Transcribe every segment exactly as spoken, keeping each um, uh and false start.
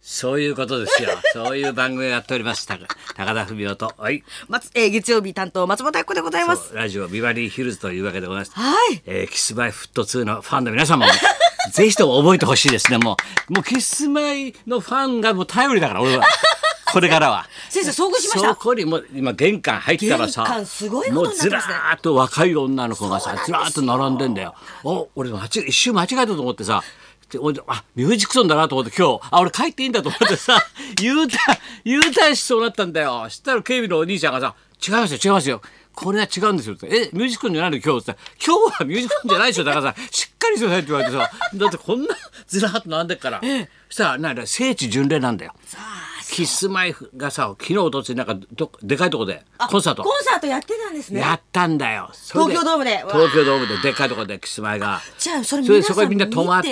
そういうことですよ。そういう番組をやっております。た高田文夫と、はい、 松えー、月曜日担当松本明子でございます。 ラジオビバリーヒルズというわけでございます。 はい、 えー、キスマイフットツーのファンの皆様もぜひとも覚えてほしいですね。もうもうキスマイのファンがもう頼りだから俺はこれからは先生遭遇しました。 そこにも今玄関入ったらさ、 玄関すごいことになってますね。 もうずらーっと若い女の子がさずらーっと並んでんだよ。お俺間違一瞬間違えたと思ってさ、あミュージックソンだなと思って今日あ俺帰っていいんだと思ってさ優待優待しそうだったんだよ。そしたら警備のお兄ちゃんがさ違いますよ違いますよこれは違うんですよって、えミュージックソンじゃないの今日って今日はミュージックソンじゃないでしょだからさしっかりしてくださいって言われてさだってこんなずらーっと並んでっから、ええ、そしたらなんだ聖地巡礼なんだよ。キスマイがさ昨日おとついなんかどでかいとこでコンサートコンサートやってたんですね。 やったんだよ。 東京ドームで東京ドームででかいとこでキスマイがじゃあそれそれで皆さんそこにみんな泊まって、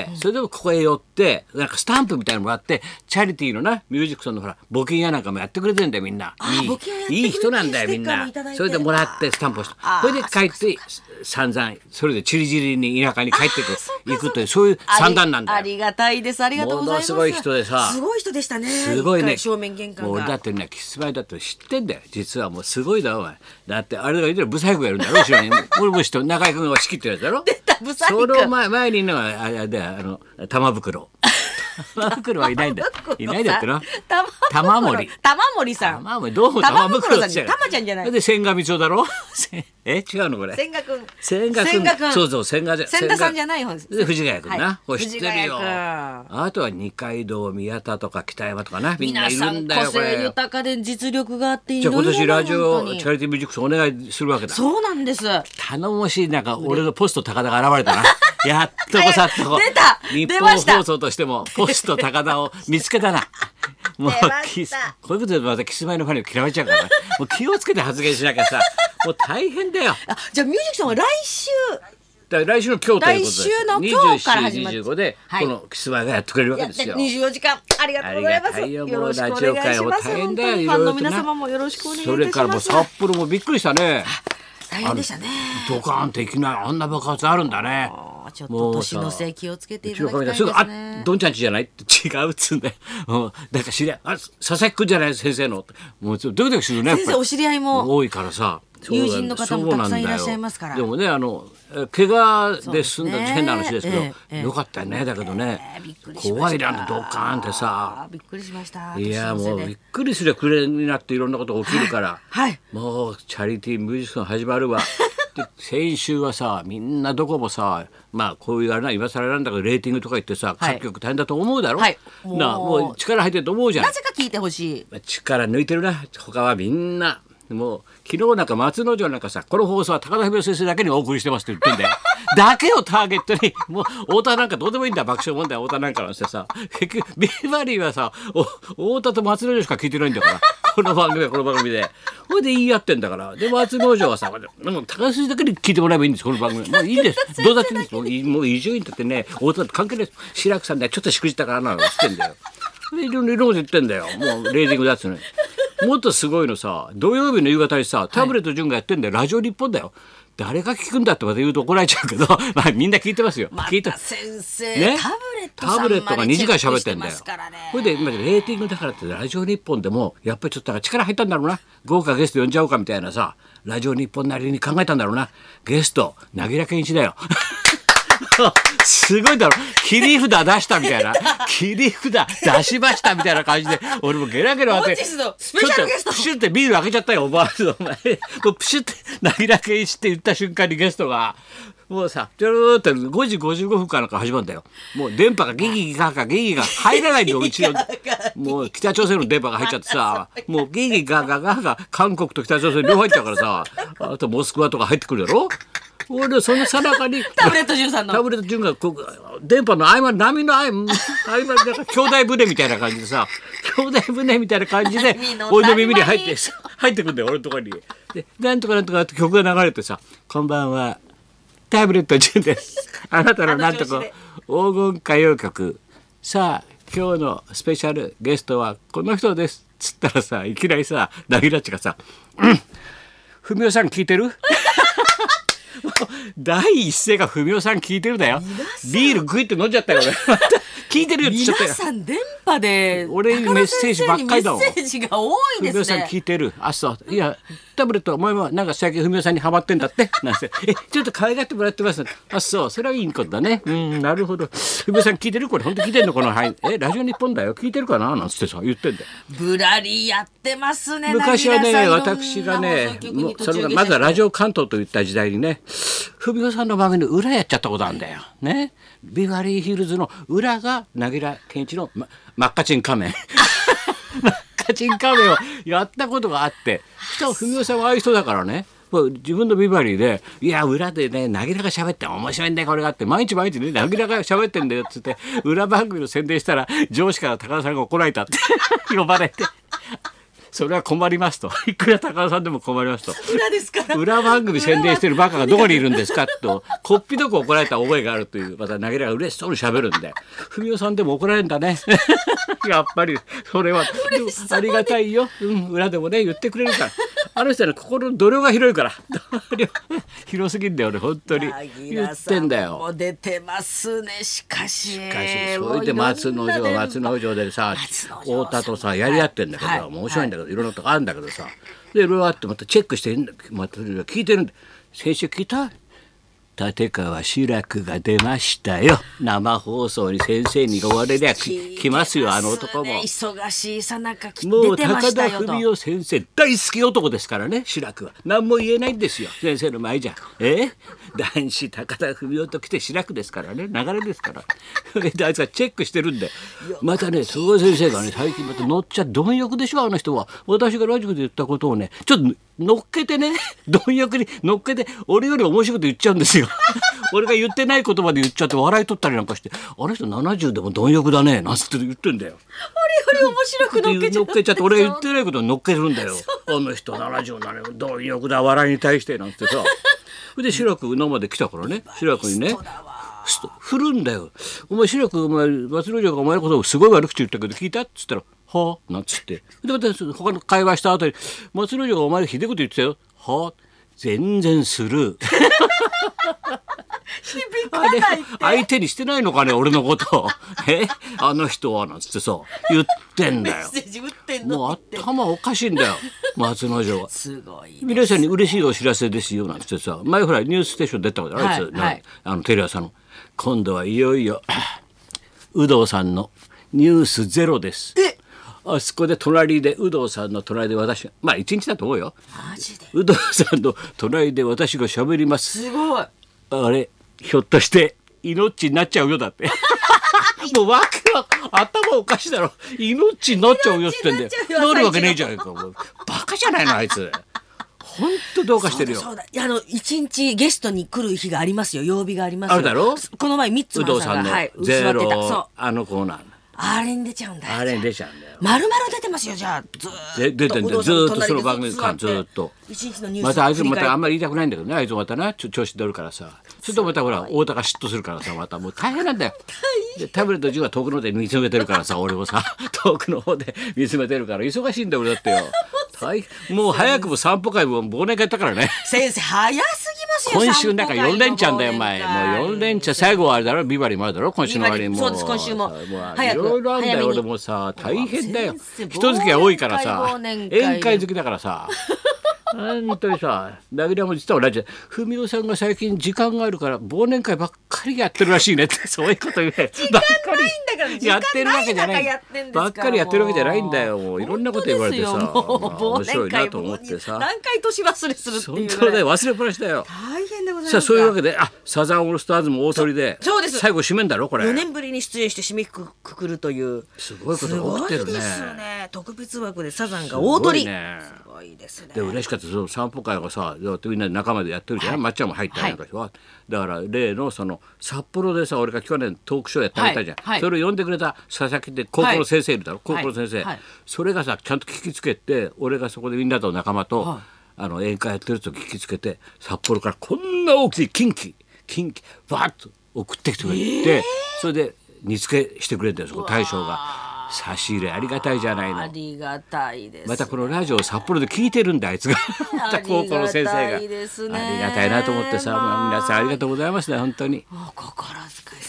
見てそれでもここへ寄ってなんかスタンプみたいなのもらってチャリティーのなミュージックソンのほら募金やなんかもやってくれてんだよみんな。いい募金をやってくれていい人なんだよみんな。 ステッカーもいただいてそれでもらってスタンプをしてそれで帰って散々それでチリチリに田舎に帰っていく行くというそういう算段なんだよ。 ありがたいです。ありがとうございます。 ものすごい人でさすごい人でしたね。 すごいね。 一回正面玄関がもう俺だってねキスマイだって知ってんだよ実は。もうすごいだろお前。だってあれが言ってるブサイクがいるんだろ後ろに俺も知ってる中居君が仕切ってるやつだろ。 出たブサイク。 その前前にいるのがあれであの玉袋玉袋はいないんだよいないんだってな。玉森玉森さん玉森どうも玉袋さんじゃ玉ちゃんじゃない。 で千賀光雄だろえ違うのこれ千賀君千賀君そうそう千賀じゃ千田さんじゃない方です。 で藤ヶ谷君な、はい、これ知ってるよ。 藤ヶ谷君あとは二階堂宮田とか北山とかなみんないるんだよ。 皆さん個性豊かで実力があっていじゃあ今年ラジオ本当にチャリティーミュージックスお願いするわけだ。 そうなんです。 頼もしい。なんか俺のポスト高田が現れたなやっとこさっとこ出た日出ました本放送としてもポスト高田を見つけたなもうキスこういうことでまたキスマイのファンに嫌われちゃうからねもう気をつけて発言しなきゃさもう大変だよ。 あじゃあミュージックさんは来週だ来週の今日ということで来週の今日から始まるにじゅうしち、にじゅうごで、はい、このキスマイがやってくれるわけですよ。 にじゅうよじかんありがとうございます。よろしくお願いします。 大変だよ。 ファンの皆様もよろしくお願いいたします。 それからもう札幌もびっくりしたね。 大変でしたね。 ドカーンっていきなりあんな爆発あるんだね。 ちょっと年のせい気をつけていただきたいですね。 あどんちゃんちじゃないって違うっつうんだよ。だから知り合いあ佐々木くんじゃない先生のもうドキドキするね。 先生お知り合いも多いからさ友人の方もたくさんいらっしゃいますから。 でもねあの怪我で済んだ変な話ですけど、ええ、よかったよね。だけどね、えー、怖いなドカーンってさびっくりしました。 いやもうびっくりすりゃ暮れになっていろんなことが起きるから、 はいはい、 もうチャリティーミュージックソン始まるわで先週はさみんなどこもさまあこういうあれな今更なんだけどレーティングとか言ってさ、はい、各局大変だと思うだろ、はい、なもう力入ってると思うじゃん。 なぜか聞いてほしい。 力抜いてるな他はみんな。もう昨日なんか松之丞なんかさこの放送は高田文夫先生だけにお送りしてますって言ってんだよだけをターゲットにもう太田なんかどうでもいいんだ爆笑問題太田なんかなんしてさ結局ビバリーはさ太田と松之丞しか聞いてないんだからこの番組はこの番組でそれで言い合ってんだからで松之丞はさなんか高須だけに聞いてもらえばいいんですこの番組もういいんですどうだっていいんですもう伊集院だってね太田と関係ないです志らくさんでちょっとしくじったからなのって言ってんだよいろんなこと言ってんだよもうレーティングだっつうのもっとすごいのさ土曜日の夕方にさタブレット潤がやってんだよ、はい、ラジオ日本だよ。誰が聞くんだってまた言うと怒られちゃうけど、まあ、みんな聞いてますよ。 また聞いて先生、 ね、 タブレットさんタブレットがにじかん喋ってんだよ。 チェックしてますからね。 これで今レーティングだからってラジオ日本でもやっぱりちょっと力入ったんだろうな。豪華ゲスト呼んじゃおうかみたいなさラジオ日本なりに考えたんだろうな。ゲスト凪良健一だよすごいだろ切り札出したみたいな切り札出しましたみたいな感じで俺もゲラゲラ本日のスペシャルゲストプシュってビール開けちゃったよおばあさんお前プシュって凪良健一って言った瞬間にゲストがもうさちょろーってごじごじゅうごふんからなんか始まるんだよ。もう電波がギギギガガギギが入らないんだようちのもう北朝鮮の電波が入っちゃってさもうギギガガガが韓国と北朝鮮両方入っちゃうからさあとモスクワとか入ってくるだろ。俺そのさなかにタブレット潤さんのタブレット潤がこう電波の合間波の合間合間なんか兄弟船みたいな感じでさ兄弟船みたいな感じで俺の耳に入って入ってくるんだよ俺のところに。でなんとかなんとかって曲が流れてさこんばんはタブレット潤ですあなたのなんとか黄金歌謡曲さあ今日のスペシャルゲストはこの人ですつったらさいきなりさ凪良っちがさうん文夫さん聞いてる第一声が文夫さん聞いてるだよ。ビールグイって飲んじゃったよ俺聞いてるよって言っちゃったよ。 皆さん電波で俺にメッセージばっかりだもん。 メッセージが多い文ですね。 雄さん聞いてる。あ、そう。いや、タブレットお前はなんか最近文雄さんにハマってんだって。なんて。え、ちょっと可愛がってもらってます。あ、そう。それはいいことだね。うん、なるほど。文雄さん聞いてるこれ本当聞いてんのこの、はい。え、ラジオ日本だよ。聞いてるかななんつってさ、言ってんだよ。 ぶらりやってますね。 昔はね、 なぎらさん私がね、もうそれががまずはラジオ関東といった時代にね、文雄さんの番組の裏やっちゃったことあるんだよ。ね。ビバリーヒルズの裏がなぎら健一の、ま、マッカチン仮面。マッカチン仮面をやったことがあって、そしたら文雄さんはああいう人だからね。もう自分のビバリーで「いや裏でねなぎらが喋って面白いんだよこれが」って毎日毎日ねなぎらが喋ってんだよっつって裏番組の宣伝したら上司から高田さんが怒られたって呼ばれて。それは困りますと。いくら高田さんでも困りますと。 裏ですから。 裏番組宣伝してるバカがどこにいるんですかとこっぴどく怒られた覚えがあるというまたなぎらが嬉しそうに喋るんで文雄さんでも怒られるんだね。やっぱりそれはありがたいよ、うん、裏でもね言ってくれるからあの人は、ね、心の度量が広いから広すぎんだよね本当に言ってんだよ。 もう出てますね。しかししかしそれで松之丞松之丞でさ太田とさやり合ってんだけど、はい、面白いんだけど、はい、いろんなとこあるんだけどさでいろいろあってまたチェックしてまた聞いてるんで先週聞いた立川志らくが出ましたよ生放送に先生に呼ばれりゃ来ますよあの男も忙しいさなか来もうてま高したよと田文夫先生大好き男ですからね志らくは何も言えないんですよ先生の前じゃえ男子高田文夫と来て志らくですからね流れですからであいつがチェックしてるんでまたね菅井先生がね最近また乗っちゃ貪欲でしょあの人は私がラジオで言ったことをねちょっと乗っけてね貪欲に乗っけて俺より面白いこと言っちゃうんですよ俺が言ってない言葉で言っちゃって笑い取ったりなんかしてあの人ななじゅうでも貪欲だねなんつって言ってんだよ俺より面白く乗っけちゃ乗っけちゃって俺が言ってないことを乗っけるんだよあの人ななじゅうなな貪欲だ笑いに対してなんてさで志らく生まで来たからね志らくにね振るんだよお前志らくお前松之丞がお前のことをすごい悪口言ったけど聞いたっつったらはあなんつってでまた他の会話した後に松之丞がお前ひでえこと言ってたよはあ全然スルー響かないって相手にしてないのかね俺のことえあの人はなんつってさ言ってんだよメッセージ打ってんのもう頭おかしいんだよ松之丞はすごい皆さんに嬉しいお知らせですよなんつってさ前ほらニュースステーション出たことあるんですよ、 はいはい、 あのテレ朝の今度はいよいよ有働さんのニュースゼロですえあそこで隣で有働さんの隣で私まあ一日だと思うよマジで有働さんの隣で私が喋りますすごいあれひょっとして命になっちゃうよだってもうわけは頭おかしいだろ命になっちゃうよって言ってんだよなるわけねえじゃんかもうバカじゃないのあいつ本当どうかしてるよそうだそうだあの一日ゲストに来る日がありますよ曜日がありますよあるだろこの前ミッツマンさんが有働さんのゼロ、 はい、座ってたそうあのコーナーあれに出ちゃうんだよあれに出ちゃうんだよまるまる出てますよじゃあずーっと出てんだよずーっとその番組間ずーっと一日のニュースまたあいつまたあんままり言いたくないんだけどねあいつまたなちょ調子出るからさちょっとまたほら太田が嫉妬するからさまたもう大変なんだよでタブレットじゅうは遠くの方で見つめてるからさ俺もさ遠くの方で見つめてるから忙しいんだよ俺だってよ大もう早くも散歩会も忘年会やったからね先生早すぎますよ今週なんかよん連チャンだよお前もうよん連チャン最後はあれだろビバリーもあるだろ今週の終わりにもそうです今週もいろいろあるんだよ俺もさ大変だよ人付きが多いからさ宴会好きだからさ本当にさなぎらも実は同じで文雄さんが最近時間があるから忘年会ばっかりやってるらしいねってそういうこと言うね時間ないんだからやってるわけじゃないばっかりやってるわけじゃないんだよもういろんなこと言われてさ面白いなと思ってさ何回年忘れするっていう本当だよ忘れっぱなしだよ大変でございますさあそういうわけであサザンオールスターズも大鳥でそうです最後締めんだろこれよねんぶりに出演して締めくくるというすごいことが起きてるねすごいですよね特別枠でサザンが大鳥すごいねすごいですねで嬉しかったその散歩会がさみんなで仲間でやってるじゃん、はい、まっちゃんも入ったりなんかし、はい、だから例のその札幌でさ俺が去年トークショーやってあげたじゃん、はいはい、それを呼んでくれた佐々木って高校の先生いるだろ、はい、高校の先生、はい、それがさちゃんと聞きつけて俺がそこでみんなと仲間と、はい、あの宴会やってると聞きつけて札幌からこんな大きい近畿近畿バーッと送ってきてくれて、えー、それで煮付けしてくれてるそこ大将が。差し入れありがたいじゃないのありがたいです、ね、 またこのラジオを札幌で聞いてるんだあいつがまた高校の先生がありがたいなと思ってさ、まあ、皆さんありがとうございますね本当にお心遣い素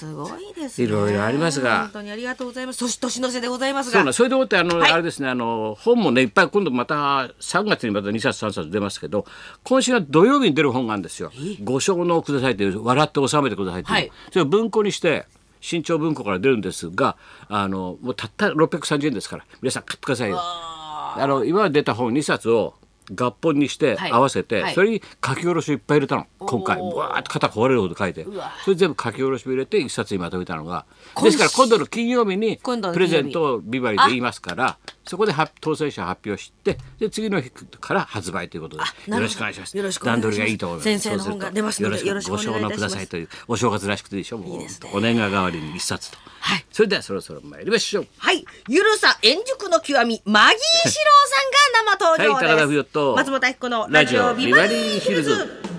すごいですね。 いろいろありますが本当にありがとうございます。そし年の瀬でございますが。 そうなんそれでもってあの、 はいあれですねあの本もねいっぱい今度またさんがつにまたにさつさんさつ出ますけど今週は土曜日に出る本があるんですよ。ご小能くださいという笑って収めてくださいという、 はい、 それを文庫にして新潮文庫から出るんですがあのもうたったろっぴゃくさんじゅうえんですから皆さん買ってくださいよ。あの今まで出た本にさつを合本にしてはい合わせて、 はい、 それに書き下ろしをいっぱい入れたの今回わーっと肩壊れるほど書いてそれ全部書き下ろしを入れて一冊にまとめたのがですから今度の金曜日に今度のプレ金曜日ゼントをビバリーで言いますからそこでは当選者発表してで次の日から発売ということでよろしくお願いします。 よろしくお願いします。 段取りがいいと思います。 先生の本が出ますのでよろしくお願いいたします。 ご承諾くださいというお正月らしくていいでしょもういいですねお年賀代わりに一冊と、 はい、 それではそろそろ参りましょう。 はいゆるさ円熟の極みマギー四郎さんが生登場です。 はい高田冬と松本明子のラジオビバリーヒルズ。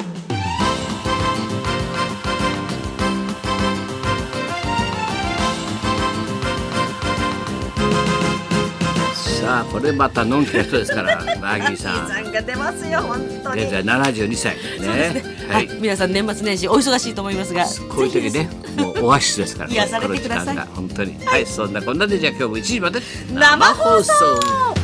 さあこれまたのんきな人ですからマギーさんさんが出ますよ本当に。 現在ななじゅうにさいですね。 そうですねはい、皆さん年末年始お忙しいと思いますがこういう時ねもうオアシスですから癒されてくださいこの時間が本当にはい、そんなこんなでじゃあ今日もいちじまで生放送